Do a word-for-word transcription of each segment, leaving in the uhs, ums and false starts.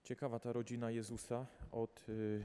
Ciekawa ta rodzina Jezusa od y, y,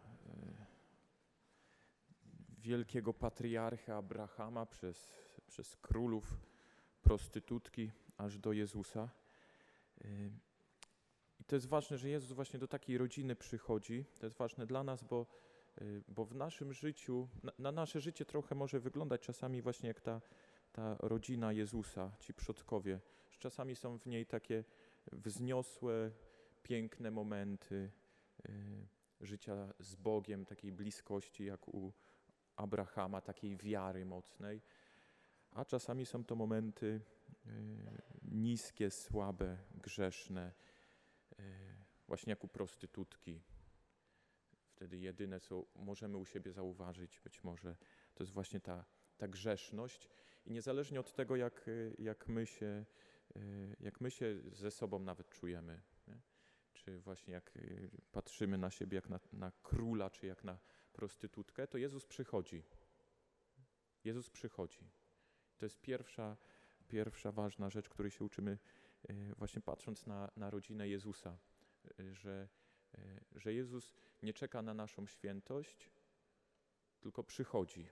wielkiego patriarcha Abrahama przez, przez królów, prostytutki, aż do Jezusa. Y, I to jest ważne, że Jezus właśnie do takiej rodziny przychodzi. To jest ważne dla nas, bo, y, bo w naszym życiu, na, na nasze życie trochę może wyglądać czasami właśnie jak ta, ta rodzina Jezusa, ci przodkowie. Że czasami są w niej takie wzniosłe, piękne momenty y, życia z Bogiem, takiej bliskości jak u Abrahama, takiej wiary mocnej, a czasami są to momenty y, niskie, słabe, grzeszne, y, właśnie jak u prostytutki. Wtedy jedyne, co możemy u siebie zauważyć, być może, to jest właśnie ta, ta grzeszność i niezależnie od tego, jak, jak, my się, jak my się ze sobą nawet czujemy, nie? Czy właśnie jak patrzymy na siebie jak na, na króla, czy jak na prostytutkę, to Jezus przychodzi. Jezus przychodzi. To jest pierwsza, pierwsza ważna rzecz, której się uczymy właśnie patrząc na, na rodzinę Jezusa, że, że Jezus nie czeka na naszą świętość, tylko przychodzi.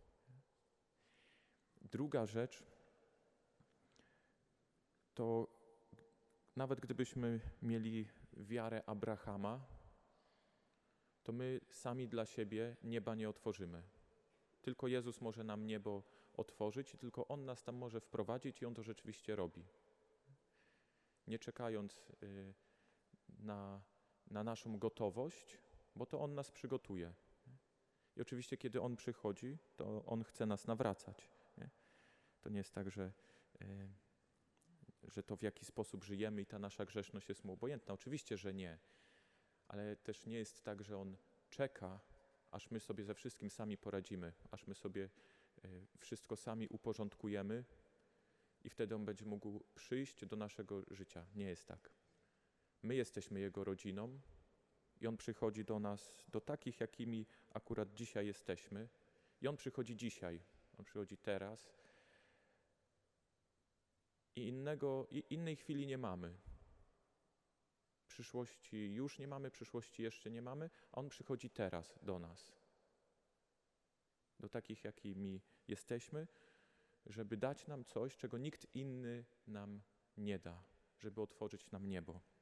Druga rzecz to nawet gdybyśmy mieli wiarę Abrahama, to my sami dla siebie nieba nie otworzymy. Tylko Jezus może nam niebo otworzyć i tylko On nas tam może wprowadzić i On to rzeczywiście robi. Nie czekając y, na, na naszą gotowość, bo to On nas przygotuje. I oczywiście, kiedy On przychodzi, to On chce nas nawracać. Nie? To nie jest tak, że, y, że to w jaki sposób żyjemy i ta nasza grzeszność jest Mu obojętna. Oczywiście, że nie. Ale też nie jest tak, że On czeka, aż my sobie ze wszystkim sami poradzimy, aż my sobie y, wszystko sami uporządkujemy i wtedy On będzie mógł przyjść do naszego życia. Nie jest tak. My jesteśmy Jego rodziną i On przychodzi do nas, do takich, jakimi akurat dzisiaj jesteśmy. I On przychodzi dzisiaj, On przychodzi teraz i, innego, i innej chwili nie mamy. Przyszłości już nie mamy, przyszłości jeszcze nie mamy, a On przychodzi teraz do nas. Do takich, jakimi jesteśmy, żeby dać nam coś, czego nikt inny nam nie da, żeby otworzyć nam niebo.